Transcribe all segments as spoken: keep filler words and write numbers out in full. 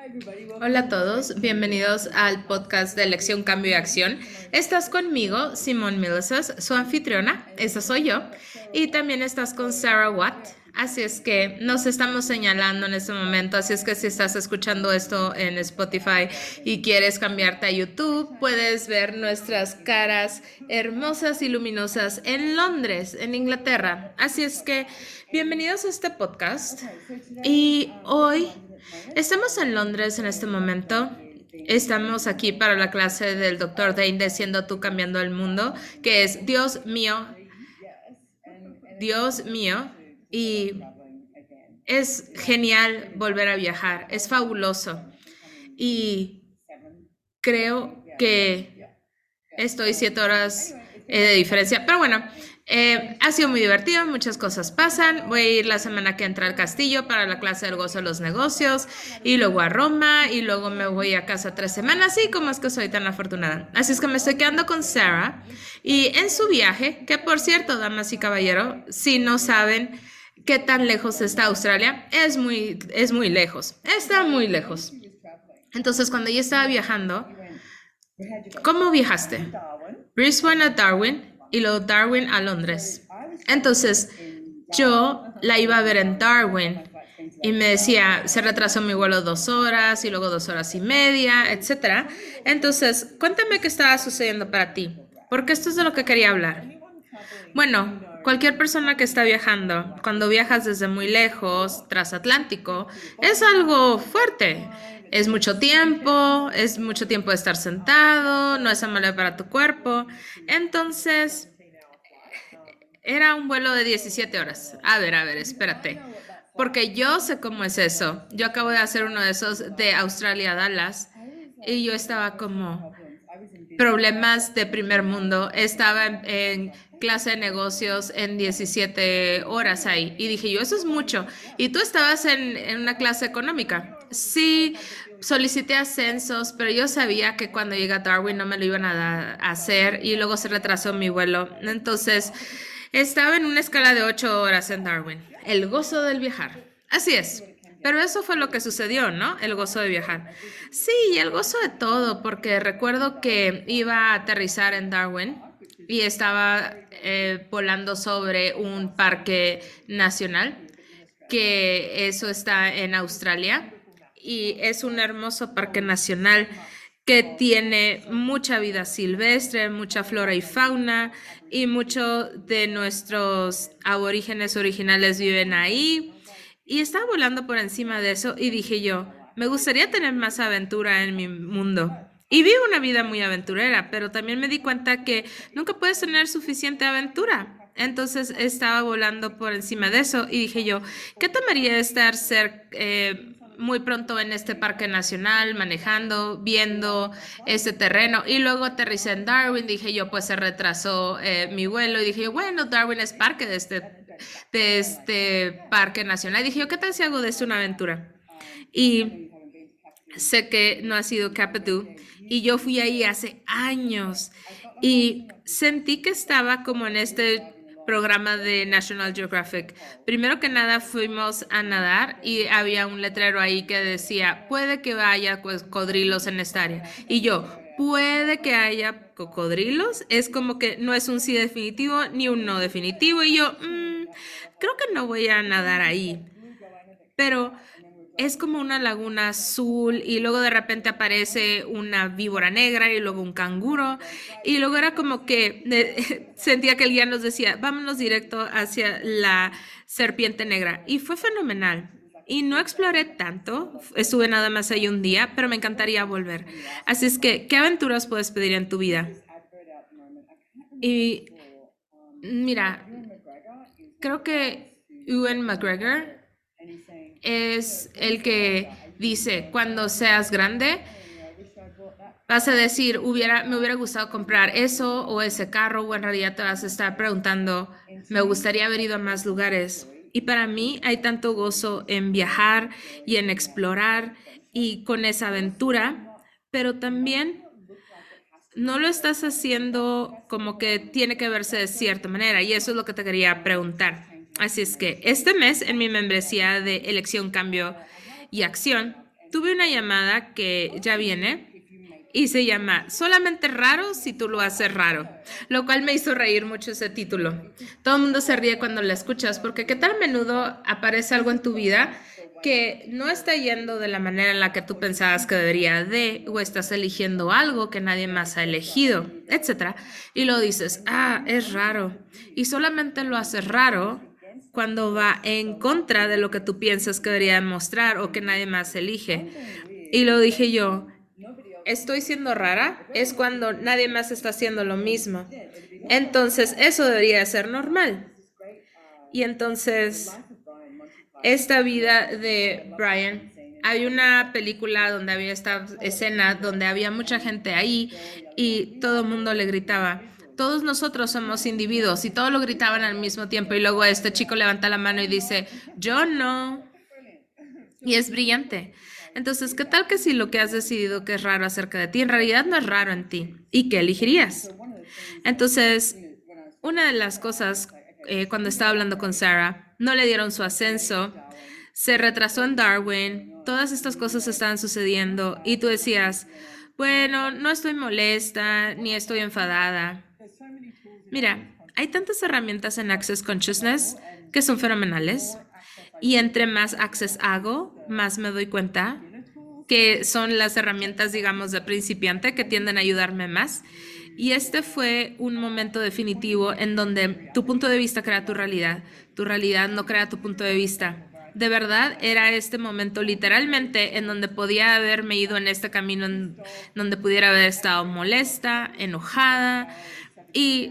Hola a todos, bienvenidos al podcast de Elección, Cambio y Acción. Estás conmigo, Simón Milesas, su anfitriona, esa soy yo, y también estás con Sarah Watt. Así es que nos estamos señalando en este momento, así es que si estás escuchando esto en Spotify y quieres cambiarte a YouTube, puedes ver nuestras caras hermosas y luminosas en Londres, en Inglaterra. Así es que bienvenidos a este podcast. Y hoy estamos en Londres en este momento. Estamos aquí para la clase del doctor Dane de Siendo tú cambiando el mundo, que es Dios mío, Dios mío. Y es genial volver a viajar, es fabuloso. Y creo que estoy siete horas eh, de diferencia, pero bueno, eh, ha sido muy divertido, muchas cosas pasan. Voy a ir la semana que entra al castillo para la clase del gozo de los negocios y luego a Roma y luego me voy a casa tres semanas y como es que soy tan afortunada. Así es que me estoy quedando con Sarah y en su viaje, que por cierto, damas y caballeros, si no saben qué tan lejos está Australia, es muy, es muy lejos, está muy lejos. Entonces cuando yo estaba viajando, ¿cómo viajaste? Brisbane a Darwin y luego Darwin a Londres. Entonces, yo la iba a ver en Darwin y me decía, se retrasó mi vuelo dos horas y luego dos horas y media, etcétera. Entonces, cuéntame qué estaba sucediendo para ti, porque esto es de lo que quería hablar. Bueno, cualquier persona que está viajando, cuando viajas desde muy lejos, transatlántico, es algo fuerte. Es mucho tiempo, es mucho tiempo de estar sentado, no es amable para tu cuerpo. Entonces, era un vuelo de diecisiete horas. A ver, a ver, espérate. Porque yo sé cómo es eso. Yo acabo de hacer uno de esos de Australia a Dallas y yo estaba como, problemas de primer mundo. Estaba en, en clase de negocios en diecisiete horas ahí. Y dije yo, eso es mucho. Y tú estabas en, en una clase económica. Sí, solicité ascensos, pero yo sabía que cuando llegue a Darwin no me lo iban a, da- a hacer y luego se retrasó mi vuelo. Entonces, estaba en una escala de ocho horas en Darwin. El gozo del viajar. Así es. Pero eso fue lo que sucedió, ¿no? El gozo de viajar. Sí, y el gozo de todo, porque recuerdo que iba a aterrizar en Darwin y estaba eh, volando sobre un parque nacional, que eso está en Australia, y es un hermoso parque nacional que tiene mucha vida silvestre, mucha flora y fauna, y muchos de nuestros aborígenes originales viven ahí. Y estaba volando por encima de eso y dije yo, me gustaría tener más aventura en mi mundo. Y vivo una vida muy aventurera, pero también me di cuenta que nunca puedes tener suficiente aventura. Entonces estaba volando por encima de eso y dije yo, ¿qué tomaría estar ser eh, muy pronto en este parque nacional, manejando, viendo este terreno? Y luego aterricé en Darwin, dije yo, pues se retrasó eh, mi vuelo y dije yo, bueno, Darwin es parte de este, de este parque nacional. Y dije yo, ¿qué tal si hago de esto una aventura? Y sé que no ha sido Capitú y yo fui ahí hace años y sentí que estaba como en este programa de National Geographic. Primero que nada fuimos a nadar y había un letrero ahí que decía, puede que haya cocodrilos en esta área. Y yo, puede que haya cocodrilos. Es como que no es un sí definitivo ni un no definitivo. Y yo, mmm, creo que no voy a nadar ahí. Pero es como una laguna azul y luego de repente aparece una víbora negra y luego un canguro y luego era como que eh, sentía que el guía nos decía, vámonos directo hacia la serpiente negra y fue fenomenal. Y no exploré tanto, estuve nada más ahí un día, pero me encantaría volver. Así es que, ¿qué aventuras puedes pedir en tu vida? Y mira, creo que Ewan McGregor es el que dice, cuando seas grande, vas a decir, hubiera, me hubiera gustado comprar eso o ese carro, o en realidad te vas a estar preguntando, me gustaría haber ido a más lugares. Y para mí hay tanto gozo en viajar y en explorar y con esa aventura, pero también no lo estás haciendo como que tiene que verse de cierta manera y eso es lo que te quería preguntar. Así es que este mes en mi membresía de elección, cambio y acción, tuve una llamada que ya viene y se llama Solamente raro si tú lo haces raro, lo cual me hizo reír mucho ese título. Todo el mundo se ríe cuando la escuchas porque qué tan a menudo aparece algo en tu vida que no está yendo de la manera en la que tú pensabas que debería de, o estás eligiendo algo que nadie más ha elegido, etcétera. Y lo dices, ah, es raro. Y solamente lo haces raro cuando va en contra de lo que tú piensas que debería mostrar o que nadie más elige. Y lo dije yo, estoy siendo rara, es cuando nadie más está haciendo lo mismo. Entonces, eso debería ser normal. Y entonces, esta vida de Brian, hay una película donde había esta escena donde había mucha gente ahí y todo el mundo le gritaba, todos nosotros somos individuos, y todos lo gritaban al mismo tiempo, y luego este chico levanta la mano y dice, yo no. Y es brillante. Entonces, ¿qué tal que si lo que has decidido que es raro acerca de ti, en realidad no es raro en ti? ¿Y qué elegirías? Entonces, una de las cosas, eh, cuando estaba hablando con Sarah, no le dieron su ascenso, se retrasó en Darwin, todas estas cosas estaban sucediendo y tú decías, bueno, no estoy molesta ni estoy enfadada. Mira, hay tantas herramientas en Access Consciousness que son fenomenales, y entre más access hago, más me doy cuenta que son las herramientas, digamos, de principiante que tienden a ayudarme más. Y este fue un momento definitivo en donde tu punto de vista crea tu realidad, tu realidad no crea tu punto de vista. De verdad, era este momento literalmente en donde podía haberme ido en este camino, en donde pudiera haber estado molesta, enojada, y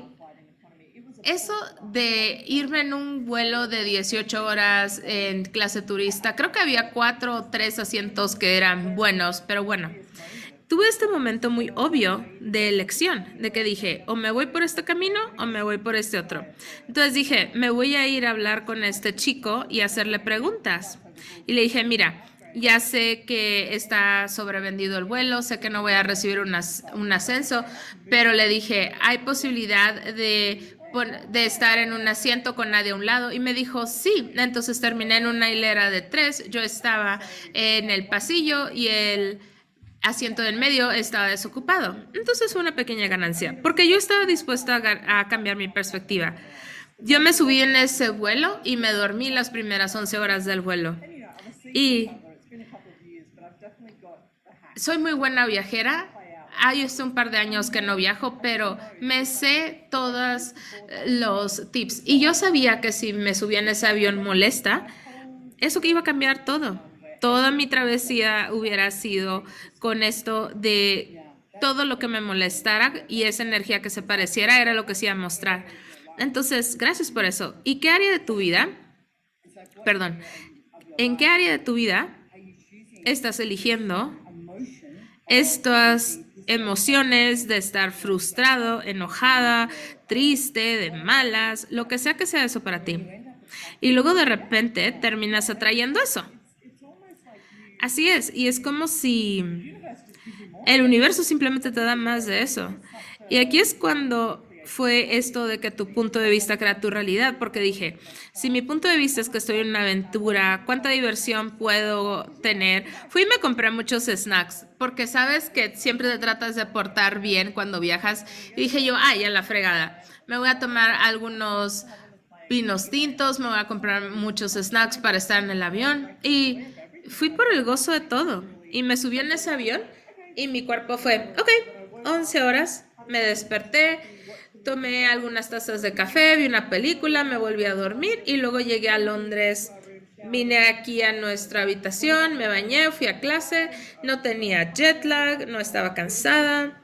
eso de irme en un vuelo de dieciocho horas en clase turista, creo que había cuatro o tres asientos que eran buenos, pero bueno, tuve este momento muy obvio de elección, de que dije, o me voy por este camino o me voy por este otro. Entonces dije, me voy a ir a hablar con este chico y hacerle preguntas. Y le dije, mira, ya sé que está sobrevendido el vuelo, sé que no voy a recibir un, as un ascenso, pero le dije, hay posibilidad de de estar en un asiento con nadie a un lado, y me dijo sí. Entonces terminé en una hilera de tres, yo estaba en el pasillo y el asiento del medio estaba desocupado. Entonces fue una pequeña ganancia, porque yo estaba dispuesta a, a cambiar mi perspectiva. Yo me subí en ese vuelo y me dormí las primeras once horas del vuelo. Y soy muy buena viajera. Hay hace un par de años que no viajo, pero me sé todos los tips. Y yo sabía que si me subía en ese avión molesta, eso que iba a cambiar todo. Toda mi travesía hubiera sido con esto de todo lo que me molestara, y esa energía que se pareciera era lo que se iba a mostrar. Entonces, gracias por eso. ¿Y qué área de tu vida? Perdón. ¿En qué área de tu vida estás eligiendo estas emociones de estar frustrado, enojada, triste, de malas, lo que sea que sea eso para ti? Y luego de repente terminas atrayendo eso. Así es, y es como si el universo simplemente te da más de eso. Y aquí es cuando fue esto de que tu punto de vista crea tu realidad, porque dije, si mi punto de vista es que estoy en una aventura, ¿cuánta diversión puedo tener? Fui y me compré muchos snacks, porque sabes que siempre te tratas de portar bien cuando viajas, y dije yo, ay, a la fregada, me voy a tomar algunos vinos tintos, me voy a comprar muchos snacks para estar en el avión, y fui por el gozo de todo, y me subí en ese avión, y mi cuerpo fue, ok, once horas, me desperté, tomé algunas tazas de café, vi una película, me volví a dormir y luego llegué a Londres. Vine aquí a nuestra habitación, me bañé, fui a clase, no tenía jet lag, no estaba cansada.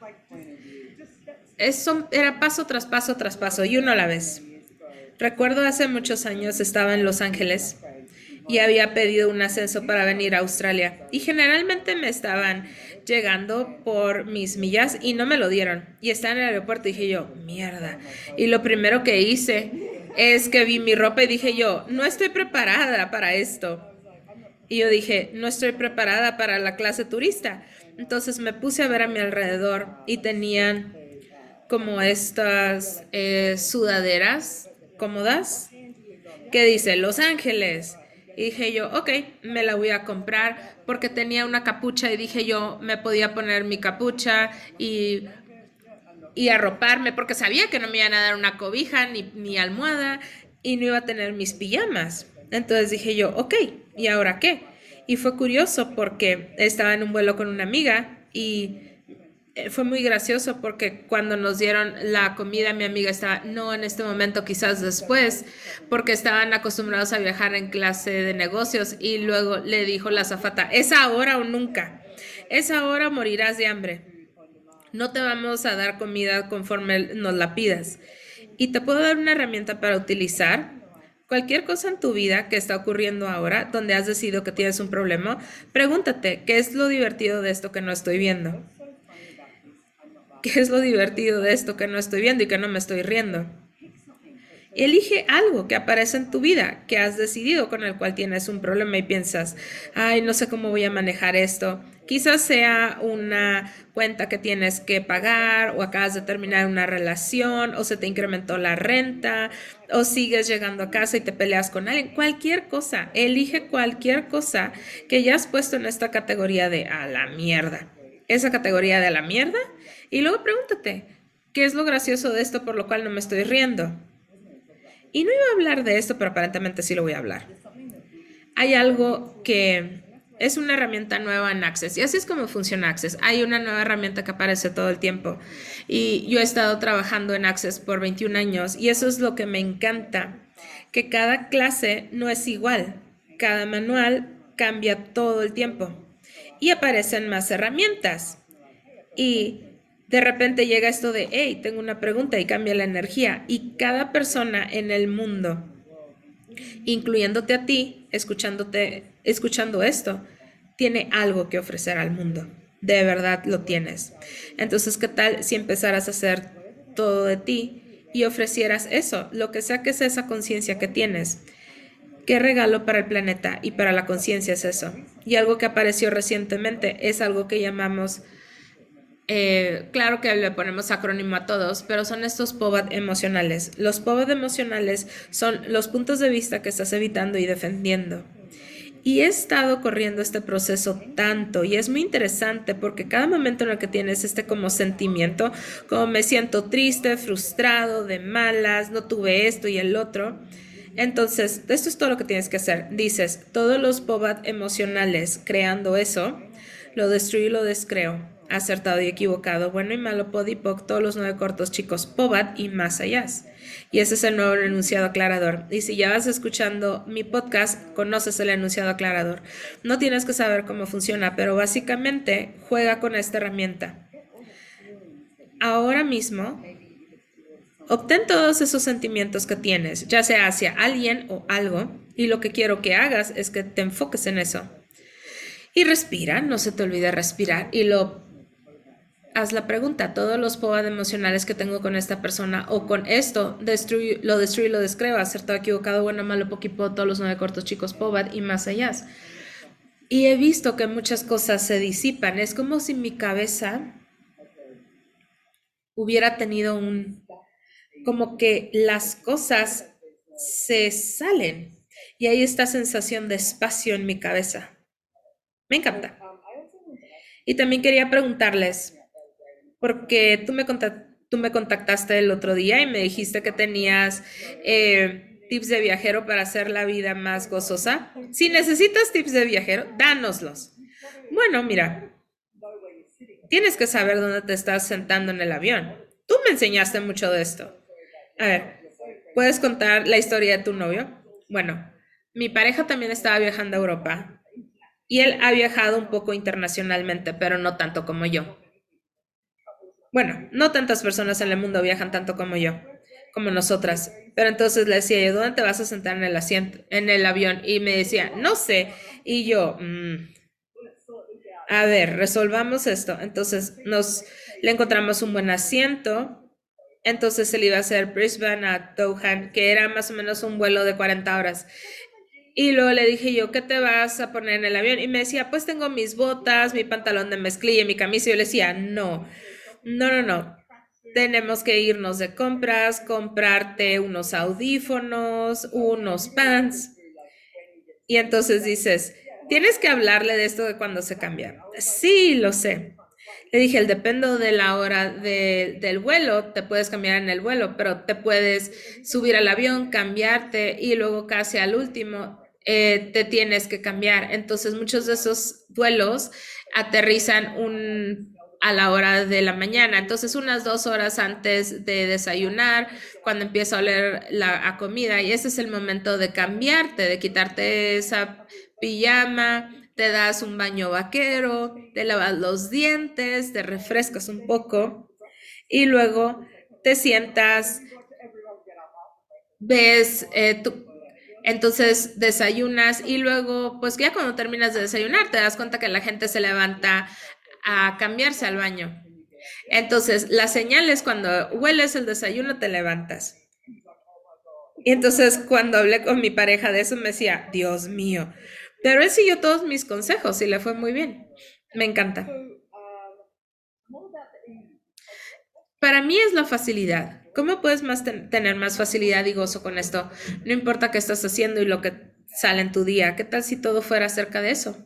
Eso era paso tras paso tras paso y uno a la vez. Recuerdo hace muchos años estaba en Los Ángeles y había pedido un ascenso para venir a Australia, y generalmente me estaban llegando por mis millas y no me lo dieron, y estaba en el aeropuerto y dije yo, mierda, y lo primero que hice es que vi mi ropa y dije yo, no estoy preparada para esto, y yo dije, no estoy preparada para la clase turista. Entonces me puse a ver a mi alrededor y tenían como estas eh, sudaderas cómodas que dice Los Ángeles. Y Y dije yo, ok, me la voy a comprar porque tenía una capucha y dije yo, me podía poner mi capucha y, y arroparme porque sabía que no me iban a dar una cobija ni, ni almohada y no iba a tener mis pijamas. Entonces dije yo, ok, ¿y ahora qué? Y fue curioso porque estaba en un vuelo con una amiga y eh, fue muy gracioso porque cuando nos dieron la comida, mi amiga estaba, no en este momento, quizás después, porque estaban acostumbrados a viajar en clase de negocios y luego le dijo la azafata, es ahora o nunca, es ahora o morirás de hambre. No te vamos a dar comida conforme nos la pidas. Y te puedo dar una herramienta para utilizar. Cualquier cosa en tu vida que está ocurriendo ahora, donde has decidido que tienes un problema, pregúntate, ¿qué es lo divertido de esto que no estoy viendo? ¿Qué es lo divertido de esto que no estoy viendo y que no me estoy riendo? Elige algo que aparece en tu vida, que has decidido, con el cual tienes un problema y piensas, ay, no sé cómo voy a manejar esto. Quizás sea una cuenta que tienes que pagar o acabas de terminar una relación o se te incrementó la renta o sigues llegando a casa y te peleas con alguien. Cualquier cosa, elige cualquier cosa que ya has puesto en esta categoría de a la mierda. Esa categoría de a la mierda y luego pregúntate, ¿qué es lo gracioso de esto por lo cual no me estoy riendo? Y no iba a hablar de esto, pero aparentemente sí lo voy a hablar. Hay algo que es una herramienta nueva en Access y así es como funciona Access. Hay una nueva herramienta que aparece todo el tiempo y yo he estado trabajando en Access por veintiún años y eso es lo que me encanta, que cada clase no es igual, cada manual cambia todo el tiempo y aparecen más herramientas y de repente llega esto de, hey, tengo una pregunta y cambia la energía y cada persona en el mundo, incluyéndote a ti, escuchándote, escuchando esto, tiene algo que ofrecer al mundo. De verdad lo tienes. Entonces, ¿qué tal si empezaras a hacer todo de ti y ofrecieras eso, lo que sea que es esa conciencia que tienes? ¿Qué regalo para el planeta y para la conciencia es eso? Y algo que apareció recientemente es algo que llamamos, eh, claro que le ponemos acrónimo a todos, pero son estos P O V A D emocionales. Los P O V A D emocionales son los puntos de vista que estás evitando y defendiendo. Y he estado corriendo este proceso tanto y es muy interesante porque cada momento en el que tienes este como sentimiento, como me siento triste, frustrado, de malas, no tuve esto y el otro, entonces esto es todo lo que tienes que hacer. Dices, todos los P O V A D emocionales creando eso, lo destruyo y lo descreo, acertado y equivocado, bueno y malo, pod y poc, todos los nueve cortos chicos, P O V A D y más allá. Y ese es el nuevo enunciado aclarador. Y si ya vas escuchando mi podcast, conoces el enunciado aclarador. No tienes que saber cómo funciona, pero básicamente juega con esta herramienta. Ahora mismo, obtén todos esos sentimientos que tienes, ya sea hacia alguien o algo, y lo que quiero que hagas es que te enfoques en eso. Y respira, no se te olvide respirar, y lo haz la pregunta, todos los P O V A D emocionales que tengo con esta persona o con esto, destruyo, lo destruyo y lo descreo, acertado, equivocado, bueno, malo, poquipo, todos los nueve cortos chicos P O V A D y más allá. Y he visto que muchas cosas se disipan, es como si mi cabeza hubiera tenido un, como que las cosas se salen y hay esta sensación de espacio en mi cabeza. Me encanta. Y también quería preguntarles, porque tú me, tú me contactaste el otro día y me dijiste que tenías eh, tips de viajero para hacer la vida más gozosa. Si necesitas tips de viajero, dánoslos. Bueno, mira, tienes que saber dónde te estás sentando en el avión. Tú me enseñaste mucho de esto. A ver, ¿puedes contar la historia de tu novio? Bueno, mi pareja también estaba viajando a Europa y él ha viajado un poco internacionalmente, pero no tanto como yo. Bueno, no tantas personas en el mundo viajan tanto como yo, como nosotras. Pero entonces le decía yo, ¿dónde te vas a sentar en el asiento, en el avión? Y me decía, no sé. Y yo, mmm, a ver, resolvamos esto. Entonces nos le encontramos un buen asiento. Entonces él iba a hacer Brisbane a Doha, que era más o menos un vuelo de cuarenta horas. Y luego le dije yo, ¿qué te vas a poner en el avión? Y me decía, pues tengo mis botas, mi pantalón de mezclilla, mi camisa. Y yo le decía, no, no, no, no. Tenemos que irnos de compras, comprarte unos audífonos, unos pants. Y entonces dices, tienes que hablarle de esto de cuando se cambia. Sí, lo sé. Le dije, el dependo de la hora de, del vuelo, te puedes cambiar en el vuelo, pero te puedes subir al avión, cambiarte y luego casi al último eh, te tienes que cambiar. Entonces muchos de esos vuelos aterrizan un, a la hora de la mañana. Entonces unas dos horas antes de desayunar, cuando empieza a oler la a comida, y ese es el momento de cambiarte, de quitarte esa pijama, te das un baño vaquero, te lavas los dientes, te refrescas un poco y luego te sientas, ves, eh, tu, entonces desayunas y luego, pues ya cuando terminas de desayunar, te das cuenta que la gente se levanta a cambiarse al baño. Entonces, la señal es cuando hueles el desayuno, te levantas. Y entonces, cuando hablé con mi pareja de eso, me decía, Dios mío, pero él siguió todos mis consejos y le fue muy bien. Me encanta. Para mí es la facilidad. ¿Cómo puedes más ten- tener más facilidad y gozo con esto? No importa qué estás haciendo y lo que sale en tu día. ¿Qué tal si todo fuera acerca de eso?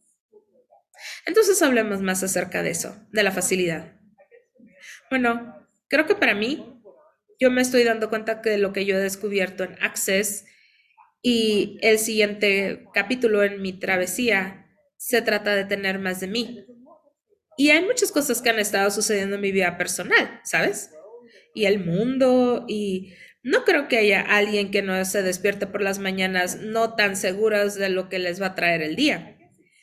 Entonces hablemos más acerca de eso, de la facilidad. Bueno, creo que para mí, yo me estoy dando cuenta que lo que yo he descubierto en Access y el siguiente capítulo en mi travesía se trata de tener más de mí. Y hay muchas cosas que han estado sucediendo en mi vida personal, ¿sabes? Y el mundo, y no creo que haya alguien que no se despierte por las mañanas no tan seguras de lo que les va a traer el día.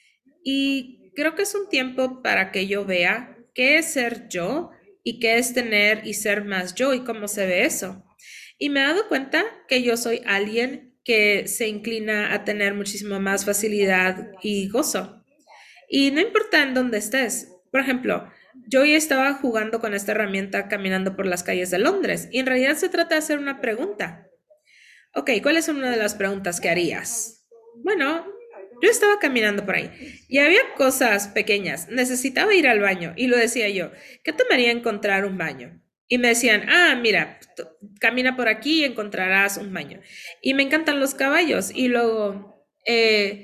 Y creo que es un tiempo para que yo vea qué es ser yo y qué es tener y ser más yo y cómo se ve eso. Y me he dado cuenta que yo soy alguien que se inclina a tener muchísimo más facilidad y gozo. Y no importa en dónde estés. Por ejemplo, yo hoy estaba jugando con esta herramienta caminando por las calles de Londres y en realidad se trata de hacer una pregunta. Ok, ¿cuál es una de las preguntas que harías? Bueno, yo estaba caminando por ahí y había cosas pequeñas. Necesitaba ir al baño y lo decía yo. ¿Qué tomaría encontrar un baño? Y me decían, ah, mira, t- camina por aquí y encontrarás un baño. Y me encantan los caballos. Y luego eh,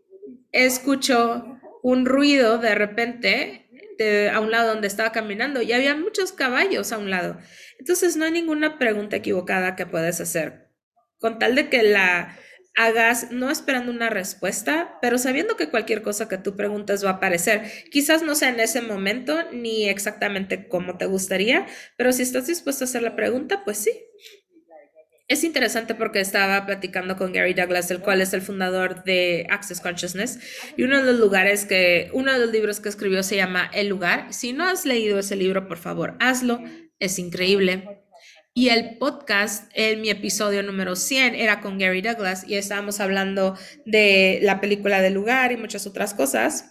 escucho un ruido de repente de, a un lado donde estaba caminando y había muchos caballos a un lado. Entonces no hay ninguna pregunta equivocada que puedes hacer. Con tal de que la hagas no esperando una respuesta, pero sabiendo que cualquier cosa que tú preguntes va a aparecer. Quizás no sea en ese momento ni exactamente como te gustaría, pero si estás dispuesto a hacer la pregunta, pues sí. Es interesante porque estaba platicando con Gary Douglas, el cual es el fundador de Access Consciousness, y uno de los lugares que, uno de los libros que escribió se llama El lugar. Si no has leído ese libro, por favor, hazlo, es increíble. Y el podcast, en mi episodio número cien, era con Gary Douglas y estábamos hablando de la película del lugar y muchas otras cosas.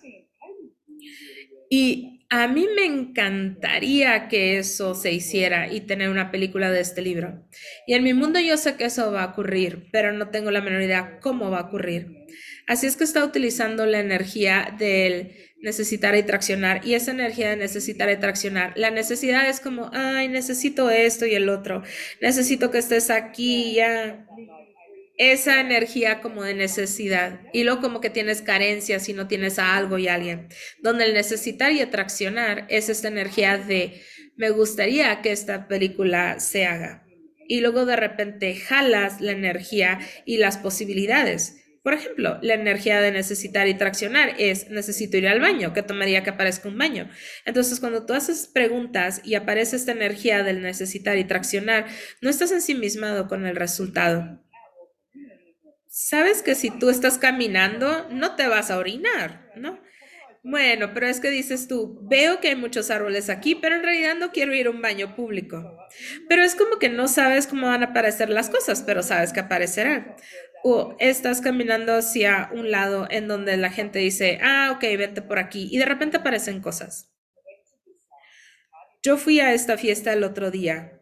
Y a mí me encantaría que eso se hiciera y tener una película de este libro. Y en mi mundo yo sé que eso va a ocurrir, pero no tengo la menor idea cómo va a ocurrir. Así es que está utilizando la energía del necesitar y traccionar. Y esa energía de necesitar y traccionar, la necesidad es como, ay, necesito esto y el otro. Necesito que estés aquí ya, esa energía como de necesidad y luego como que tienes carencias si no tienes a algo y a alguien, donde el necesitar y atraccionar es esta energía de me gustaría que esta película se haga y luego de repente jalas la energía y las posibilidades. Por ejemplo, la energía de necesitar y traccionar es necesito ir al baño, que tomaría que aparezca un baño. Entonces, cuando tú haces preguntas y aparece esta energía del necesitar y traccionar, no estás ensimismado con el resultado. Sabes que si tú estás caminando, no te vas a orinar, ¿no? Bueno, pero es que dices tú, veo que hay muchos árboles aquí, pero en realidad no quiero ir a un baño público. Pero es como que no sabes cómo van a aparecer las cosas, pero sabes que aparecerán. O estás caminando hacia un lado en donde la gente dice, ah, ok, vente por aquí, y de repente aparecen cosas. Yo fui a esta fiesta el otro día.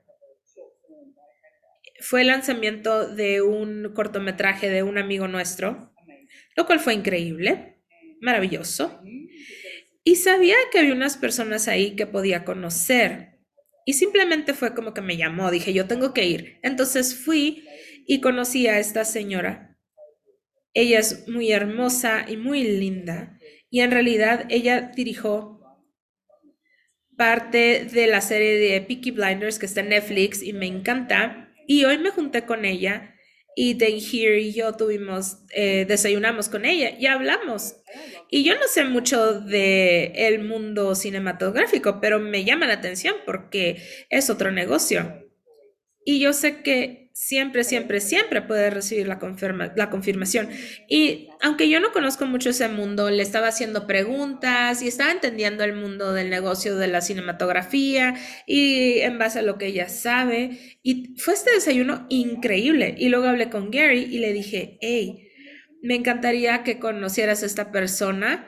Fue el lanzamiento de un cortometraje de un amigo nuestro, lo cual fue increíble, maravilloso. Y sabía que había unas personas ahí que podía conocer. Y simplemente fue como que me llamó, dije, yo tengo que ir. Entonces fui y conocí a esta señora Ella es muy hermosa y muy linda. Y en realidad ella dirigió parte de la serie de Peaky Blinders que está en Netflix y me encanta. Y hoy me junté con ella y Here y yo tuvimos, eh, desayunamos con ella y hablamos. Y yo no sé mucho de el mundo cinematográfico, pero me llama la atención porque es otro negocio. Y yo sé que siempre, siempre, siempre puede recibir la, confirma, la confirmación. Y aunque yo no conozco mucho ese mundo, le estaba haciendo preguntas y estaba entendiendo el mundo del negocio de la cinematografía y en base a lo que ella sabe. Y fue este desayuno increíble. Y luego hablé con Gary y le dije, hey, me encantaría que conocieras a esta persona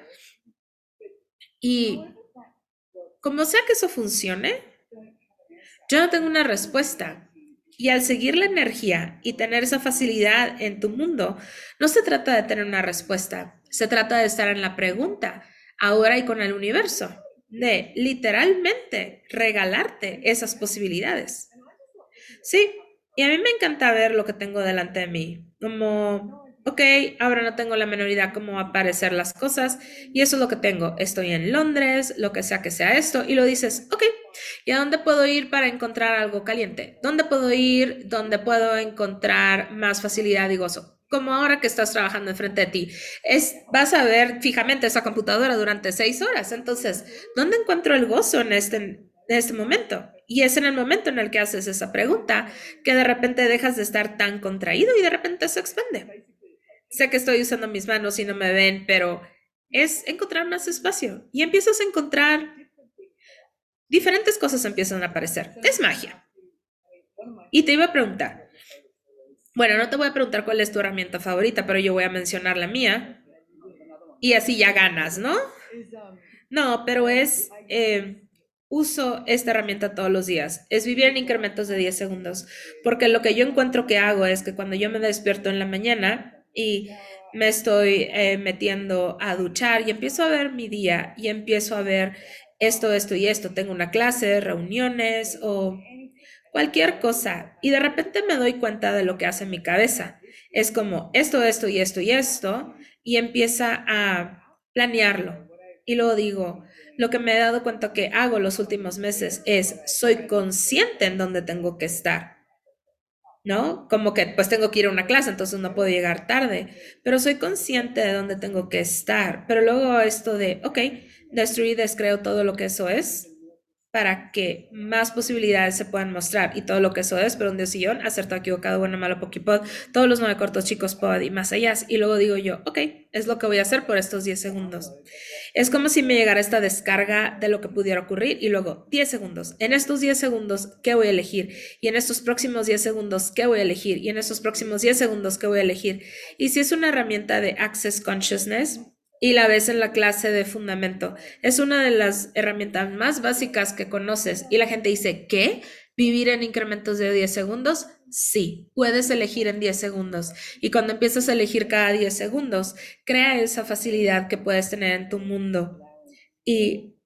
y como sea que eso funcione, yo no tengo una respuesta. Y al seguir la energía y tener esa facilidad en tu mundo, no se trata de tener una respuesta, se trata de estar en la pregunta, ahora y con el universo, de literalmente regalarte esas posibilidades. Sí, y a mí me encanta ver lo que tengo delante de mí, como, ok, ahora no tengo la menor idea cómo va a aparecer las cosas, y eso es lo que tengo. Estoy en Londres, lo que sea que sea esto, y lo dices, ok, ¿y a dónde puedo ir para encontrar algo caliente? ¿Dónde puedo ir donde puedo encontrar más facilidad y gozo? Como ahora que estás trabajando enfrente de ti, es, vas a ver fijamente esa computadora durante seis horas. Entonces, ¿dónde encuentro el gozo en este, en este momento? Y es en el momento en el que haces esa pregunta que de repente dejas de estar tan contraído y de repente se expande. Sé que estoy usando mis manos y no me ven, pero es encontrar más espacio y empiezas a encontrar diferentes cosas empiezan a aparecer. Es magia. Y te iba a preguntar, bueno, no te voy a preguntar cuál es tu herramienta favorita, pero yo voy a mencionar la mía y así ya ganas, ¿no? No, pero es, eh, uso esta herramienta todos los días. Es vivir en incrementos de diez segundos, porque lo que yo encuentro que hago es que cuando yo me despierto en la mañana y me estoy eh, metiendo a duchar y empiezo a ver mi día y empiezo a ver esto, esto y esto, tengo una clase, reuniones o cualquier cosa y de repente me doy cuenta de lo que hace mi cabeza. Es como esto, esto y esto y esto y empieza a planearlo. Y luego digo, lo que me he dado cuenta que hago los últimos meses es, soy consciente en dónde tengo que estar, ¿no? Como que pues tengo que ir a una clase, entonces no puedo llegar tarde, pero soy consciente de dónde tengo que estar. Pero luego esto de, ok, destruir, descreo todo lo que eso es para que más posibilidades se puedan mostrar y todo lo que eso es, pero un dios sillón, acertado, equivocado, bueno, malo, poquipod, todos los nueve cortos chicos pod y más allá. Y luego digo yo, ok, es lo que voy a hacer por estos diez segundos. Es como si me llegara esta descarga de lo que pudiera ocurrir y luego diez segundos. En estos diez segundos, ¿qué voy a elegir? Y en estos próximos diez segundos, ¿qué voy a elegir? Y en estos próximos diez segundos, ¿qué voy a elegir? Y si es una herramienta de Access Consciousness, y la ves en la clase de fundamento. Es una de las herramientas más básicas que conoces y la gente dice, ¿qué? ¿Vivir en incrementos de diez segundos? Sí, puedes elegir en diez segundos y cuando empiezas a elegir cada diez segundos, crea esa facilidad que puedes tener en tu mundo y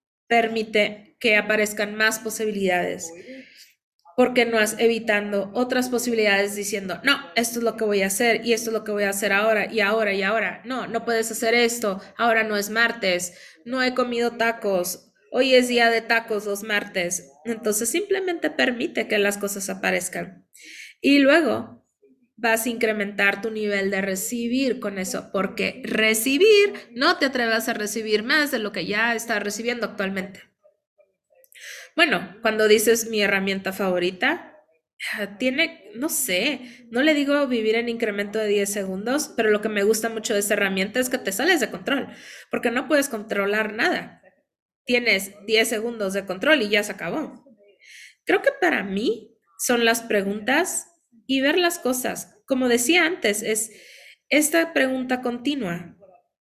permite que aparezcan más posibilidades porque no has evitando otras posibilidades diciendo, no, esto es lo que voy a hacer y esto es lo que voy a hacer ahora y ahora y ahora. No, no puedes hacer esto, ahora no es martes, no he comido tacos, hoy es día de tacos los martes. Entonces simplemente permite que las cosas aparezcan. Y luego vas a incrementar tu nivel de recibir con eso, porque recibir, no te atrevas a recibir más de lo que ya estás recibiendo actualmente. Bueno, cuando dices mi herramienta favorita, tiene, no sé, no le digo vivir en incremento de diez segundos, pero lo que me gusta mucho de esta herramienta es que te sales de control, porque no puedes controlar nada. Tienes diez segundos de control y ya se acabó. Creo que para mí son las preguntas y ver las cosas. Como decía antes, es esta pregunta continua.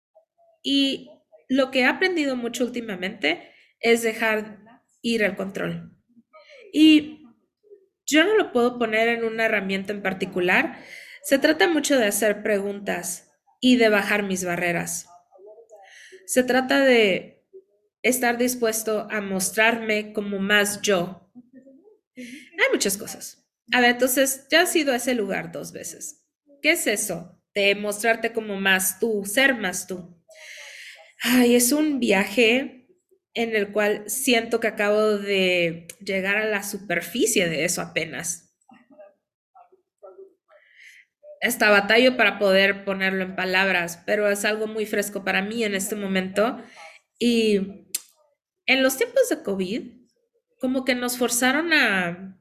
Y lo que he aprendido mucho últimamente es dejar ir al control. Y yo no lo puedo poner en una herramienta en particular. Se trata mucho de hacer preguntas y de bajar mis barreras. Se trata de estar dispuesto a mostrarme como más yo. Hay muchas cosas. A ver, entonces ya has ido a ese lugar dos veces. ¿Qué es eso? de mostrarte como más tú, ser más tú. Ay, es un viaje en el cual siento que acabo de llegar a la superficie de eso apenas. Esta batalla para poder ponerlo en palabras, pero es algo muy fresco para mí en este momento. Y en los tiempos de COVID, como que nos forzaron a,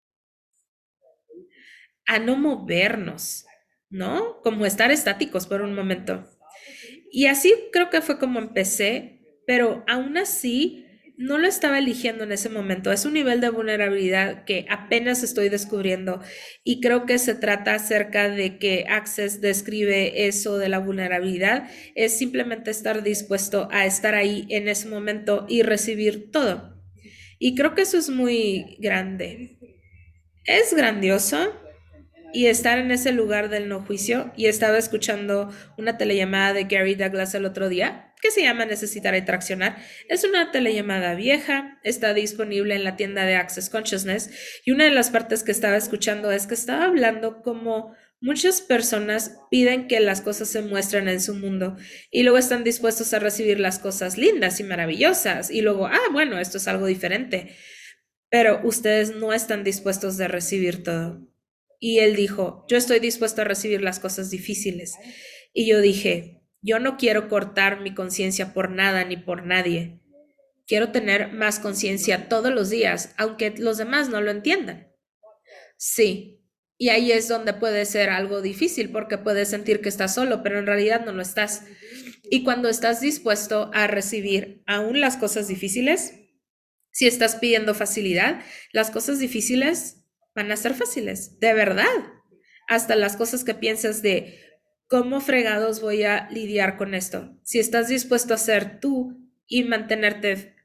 a no movernos, ¿no? Como estar estáticos por un momento. Y así creo que fue como empecé, pero aún así no lo estaba eligiendo en ese momento. Es un nivel de vulnerabilidad que apenas estoy descubriendo y creo que se trata acerca de que Access describe eso de la vulnerabilidad. Es simplemente estar dispuesto a estar ahí en ese momento y recibir todo. Y creo que eso es muy grande. Es grandioso y estar en ese lugar del no juicio. Y estaba escuchando una telellamada de Gary Douglas el otro día que se llama Necesitar y Traccionar. Es una telellamada vieja, está disponible en la tienda de Access Consciousness y una de las partes que estaba escuchando es que estaba hablando como muchas personas piden que las cosas se muestren en su mundo y luego están dispuestos a recibir las cosas lindas y maravillosas y luego, ah, bueno, esto es algo diferente, pero ustedes no están dispuestos a recibir todo. Y él dijo, yo estoy dispuesto a recibir las cosas difíciles. Y yo dije, yo no quiero cortar mi conciencia por nada ni por nadie. Quiero tener más conciencia todos los días, aunque los demás no lo entiendan. Sí. Y ahí es donde puede ser algo difícil porque puedes sentir que estás solo, pero en realidad no lo estás. Y cuando estás dispuesto a recibir aún las cosas difíciles, si estás pidiendo facilidad, las cosas difíciles van a ser fáciles, de verdad. Hasta las cosas que piensas de cómo fregados voy a lidiar con esto. Si estás dispuesto a ser tú y mantenerte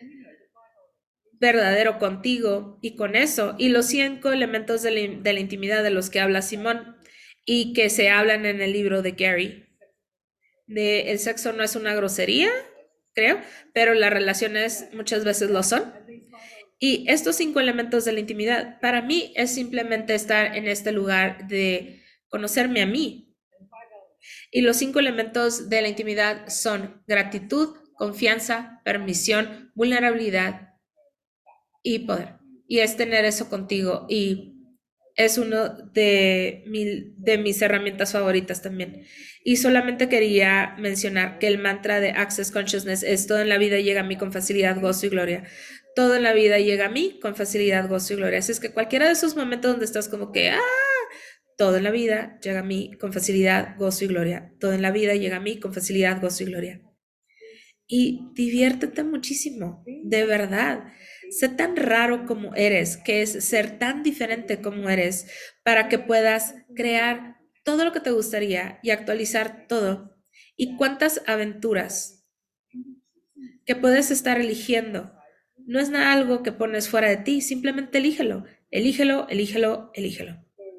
verdadero contigo y con eso, y los cinco elementos de la, de la intimidad de los que habla Simón y que se hablan en el libro de Gary. De el sexo no es una grosería, creo, pero las relaciones muchas veces lo son. Y estos cinco elementos de la intimidad, para mí es simplemente estar en este lugar de conocerme a mí. Y los cinco elementos de la intimidad son gratitud, confianza, permisión, vulnerabilidad y poder. Y es tener eso contigo y es uno de, mi, de mis herramientas favoritas también. Y solamente quería mencionar que el mantra de Access Consciousness es todo en la vida llega a mí con facilidad, gozo y gloria. Todo en la vida llega a mí con facilidad, gozo y gloria. Así es que cualquiera de esos momentos donde estás como que, ah, todo en la vida llega a mí con facilidad, gozo y gloria. Todo en la vida llega a mí con facilidad, gozo y gloria. Y diviértete muchísimo, de verdad. Sé tan raro como eres, que es ser tan diferente como eres, para que puedas crear todo lo que te gustaría y actualizar todo. Y cuántas aventuras que puedes estar eligiendo. No es nada algo que pones fuera de ti, simplemente elígelo, elígelo, elígelo, elígelo.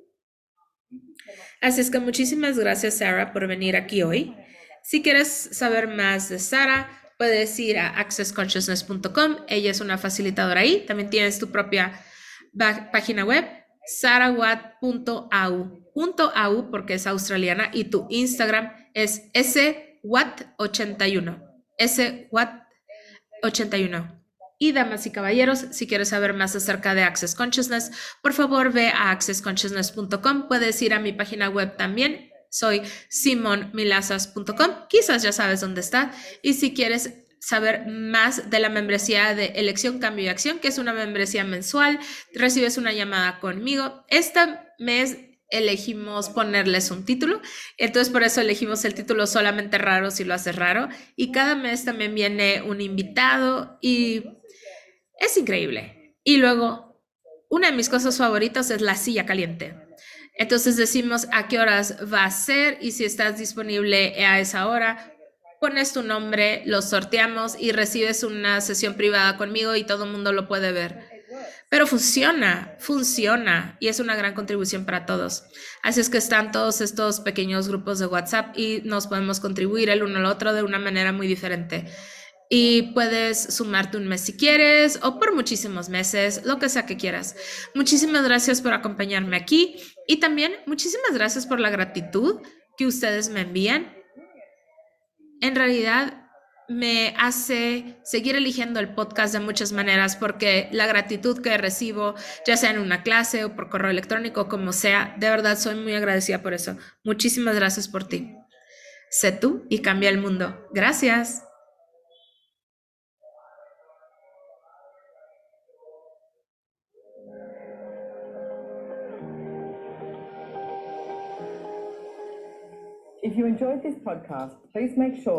Así es que muchísimas gracias, Sarah, por venir aquí hoy. Si quieres saber más de Sarah, puedes ir a access consciousness punto com. Ella es una facilitadora ahí. También tienes tu propia página web, sarah watt punto a u. .a u porque es australiana y tu Instagram es s watt ochenta y uno. s watt ochenta y uno. Y damas y caballeros, si quieres saber más acerca de Access Consciousness, por favor ve a access consciousness punto com. Puedes ir a mi página web también. Soy simon milazas punto com. Quizás ya sabes dónde está. Y si quieres saber más de la membresía de Elección, Cambio y Acción, que es una membresía mensual, recibes una llamada conmigo. Este mes elegimos ponerles un título, entonces por eso elegimos el título Solamente Raro si lo haces raro, y cada mes también viene un invitado y es increíble. Y luego, una de mis cosas favoritas es la silla caliente. Entonces decimos a qué horas va a ser y si estás disponible a esa hora, pones tu nombre, lo sorteamos y recibes una sesión privada conmigo y todo el mundo lo puede ver. Pero funciona, funciona y es una gran contribución para todos. Así es que están todos estos pequeños grupos de WhatsApp y nos podemos contribuir el uno al otro de una manera muy diferente. Y puedes sumarte un mes si quieres o por muchísimos meses, lo que sea que quieras. Muchísimas gracias por acompañarme aquí y también muchísimas gracias por la gratitud que ustedes me envían, en realidad me hace seguir eligiendo el podcast de muchas maneras, porque la gratitud que recibo, ya sea en una clase o por correo electrónico, como sea, de verdad soy muy agradecida por eso. Muchísimas gracias por ti. Sé tú y cambia el mundo. Gracias. If you enjoyed this podcast, please make sure